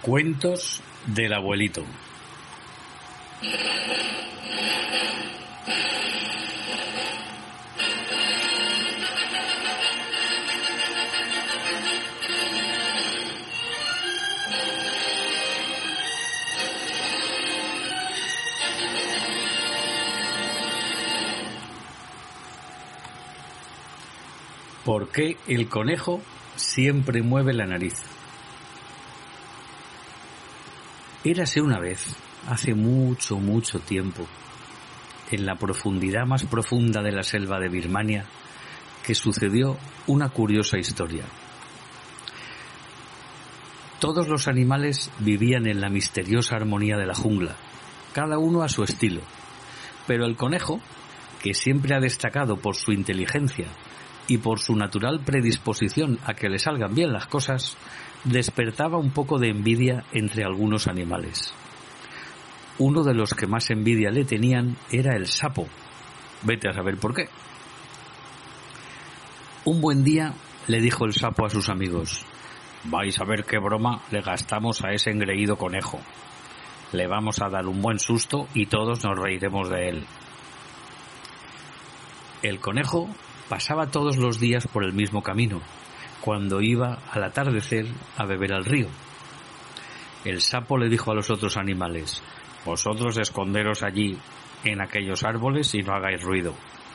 Cuentos del abuelito. ¿Por qué el conejo siempre mueve la nariz? Érase una vez, hace mucho, mucho tiempo, en la profundidad más profunda de la selva de Birmania, que sucedió una curiosa historia. Todos los animales vivían en la misteriosa armonía de la jungla, cada uno a su estilo, pero el conejo, que siempre ha destacado por su inteligencia y por su natural predisposición a que le salgan bien las cosas, despertaba un poco de envidia entre algunos animales. Uno de los que más envidia le tenían era el sapo. Vete a saber por qué. Un buen día le dijo el sapo a sus amigos: vais a ver qué broma le gastamos a ese engreído conejo. Le vamos a dar un buen susto y todos nos reiremos de él. El conejo pasaba todos los días por el mismo camino, cuando iba al atardecer a beber al río. El sapo le dijo a los otros animales: vosotros esconderos allí en aquellos árboles y no hagáis ruido.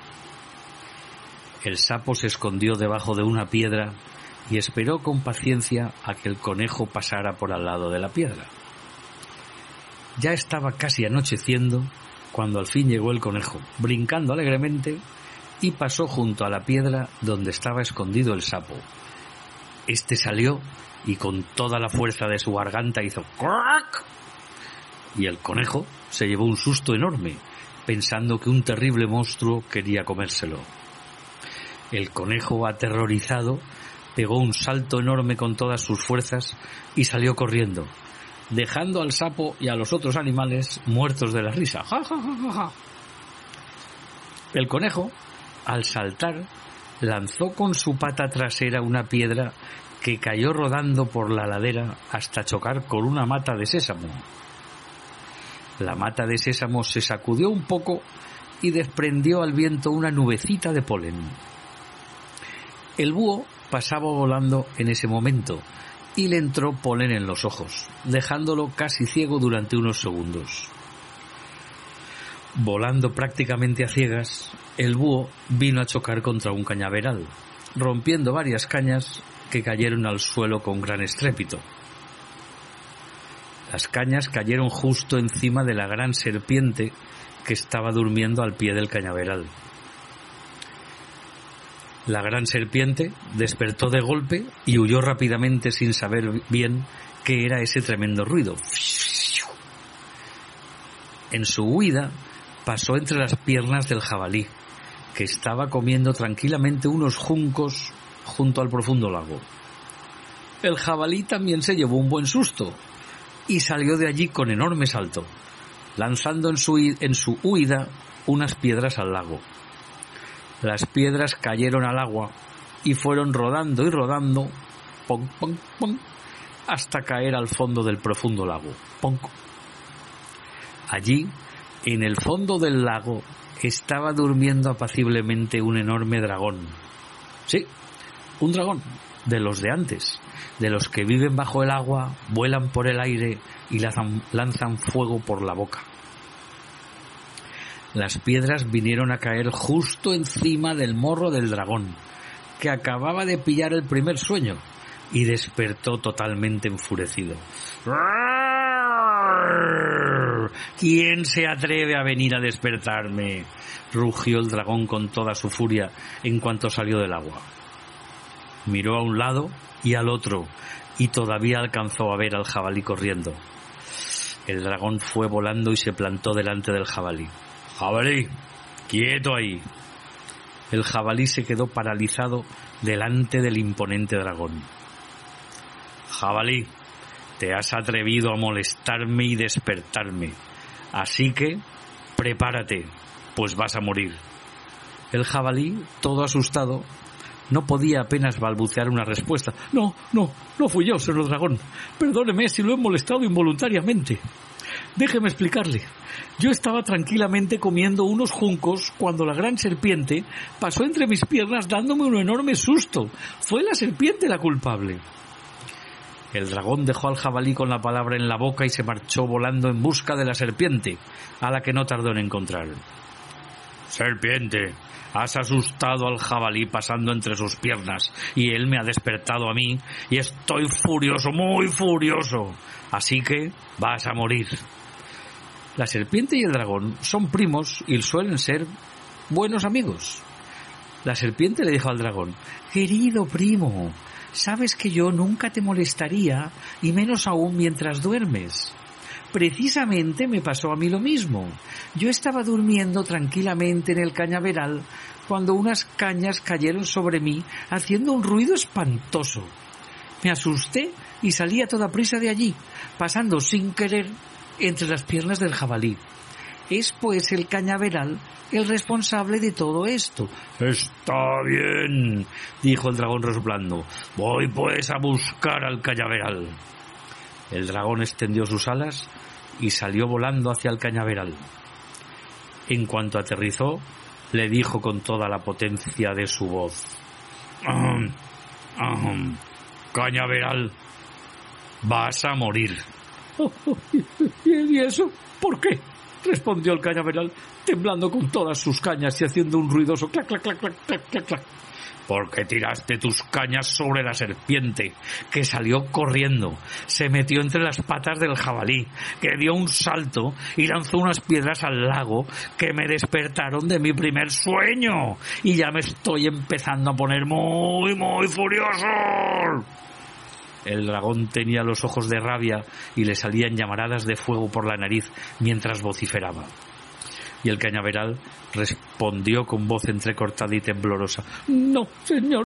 El sapo se escondió debajo de una piedra y esperó con paciencia a que el conejo pasara por al lado de la piedra. Ya estaba casi anocheciendo cuando al fin llegó el conejo, brincando alegremente, y pasó junto a la piedra donde estaba escondido el sapo. Este salió y con toda la fuerza de su garganta hizo ¡crack! Y el conejo se llevó un susto enorme, pensando que un terrible monstruo quería comérselo. El conejo, aterrorizado, pegó un salto enorme con todas sus fuerzas y salió corriendo, dejando al sapo y a los otros animales muertos de la risa. ¡Ja, ja, ja, ja, ja! El conejo, al saltar, lanzó con su pata trasera una piedra que cayó rodando por la ladera hasta chocar con una mata de sésamo. La mata de sésamo se sacudió un poco y desprendió al viento una nubecita de polen. El búho pasaba volando en ese momento y le entró polen en los ojos, dejándolo casi ciego durante unos segundos. Volando prácticamente a ciegas, el búho vino a chocar contra un cañaveral, rompiendo varias cañas que cayeron al suelo con gran estrépito. Las cañas cayeron justo encima de la gran serpiente que estaba durmiendo al pie del cañaveral. La gran serpiente despertó de golpe y huyó rápidamente sin saber bien qué era ese tremendo ruido. En su huida pasó entre las piernas del jabalí, que estaba comiendo tranquilamente unos juncos junto al profundo lago. El jabalí también se llevó un buen susto y salió de allí con enorme salto, lanzando en su huida unas piedras al lago. Las piedras cayeron al agua y fueron rodando y rodando, pom, pom, pom, hasta caer al fondo del profundo lago. Pom. Allí, en el fondo del lago, estaba durmiendo apaciblemente un enorme dragón. Sí, un dragón, de los de antes, de los que viven bajo el agua, vuelan por el aire y lanzan fuego por la boca. Las piedras vinieron a caer justo encima del morro del dragón, que acababa de pillar el primer sueño, y despertó totalmente enfurecido. ¿Quién se atreve a venir a despertarme?, rugió el dragón con toda su furia en cuanto salió del agua. Miró a un lado y al otro, y todavía alcanzó a ver al jabalí corriendo. El dragón fue volando y se plantó delante del jabalí. «Jabalí, quieto ahí». El jabalí se quedó paralizado delante del imponente dragón. «Jabalí, te has atrevido a molestarme y despertarme, así que prepárate, pues vas a morir». El jabalí, todo asustado, No podía apenas balbucear una respuesta. No fui yo, señor dragón. Perdóneme si lo he molestado involuntariamente. Déjeme explicarle. Yo estaba tranquilamente comiendo unos juncos cuando la gran serpiente pasó entre mis piernas dándome un enorme susto. Fue la serpiente la culpable. El dragón dejó al jabalí con la palabra en la boca y se marchó volando en busca de la serpiente, a la que no tardó en encontrar. «Serpiente, has asustado al jabalí pasando entre sus piernas, y él me ha despertado a mí, y estoy furioso, muy furioso. Así que vas a morir». La serpiente y el dragón son primos y suelen ser buenos amigos. La serpiente le dijo al dragón: «Querido primo, sabes que yo nunca te molestaría, y menos aún mientras duermes. Precisamente me pasó a mí lo mismo. Yo estaba durmiendo tranquilamente en el cañaveral cuando unas cañas cayeron sobre mí haciendo un ruido espantoso. Me asusté y salí a toda prisa de allí, pasando sin querer entre las piernas del jabalí. Es pues el cañaveral el responsable de todo esto». «Está bien», dijo el dragón resoplando. «Voy pues a buscar al cañaveral». El dragón extendió sus alas y salió volando hacia el cañaveral. En cuanto aterrizó, le dijo con toda la potencia de su voz: «Cañaveral, vas a morir». «¿Y eso? ¿Por qué?», respondió el cañaveral, temblando con todas sus cañas y haciendo un ruidoso clac, clac, clac, clac, clac, clac, clac. «Porque tiraste tus cañas sobre la serpiente, que salió corriendo, se metió entre las patas del jabalí, que dio un salto y lanzó unas piedras al lago que me despertaron de mi primer sueño, y ya me estoy empezando a poner muy, muy furioso». El dragón tenía los ojos de rabia y le salían llamaradas de fuego por la nariz mientras vociferaba. Y el cañaveral respondió con voz entrecortada y temblorosa: «No, señor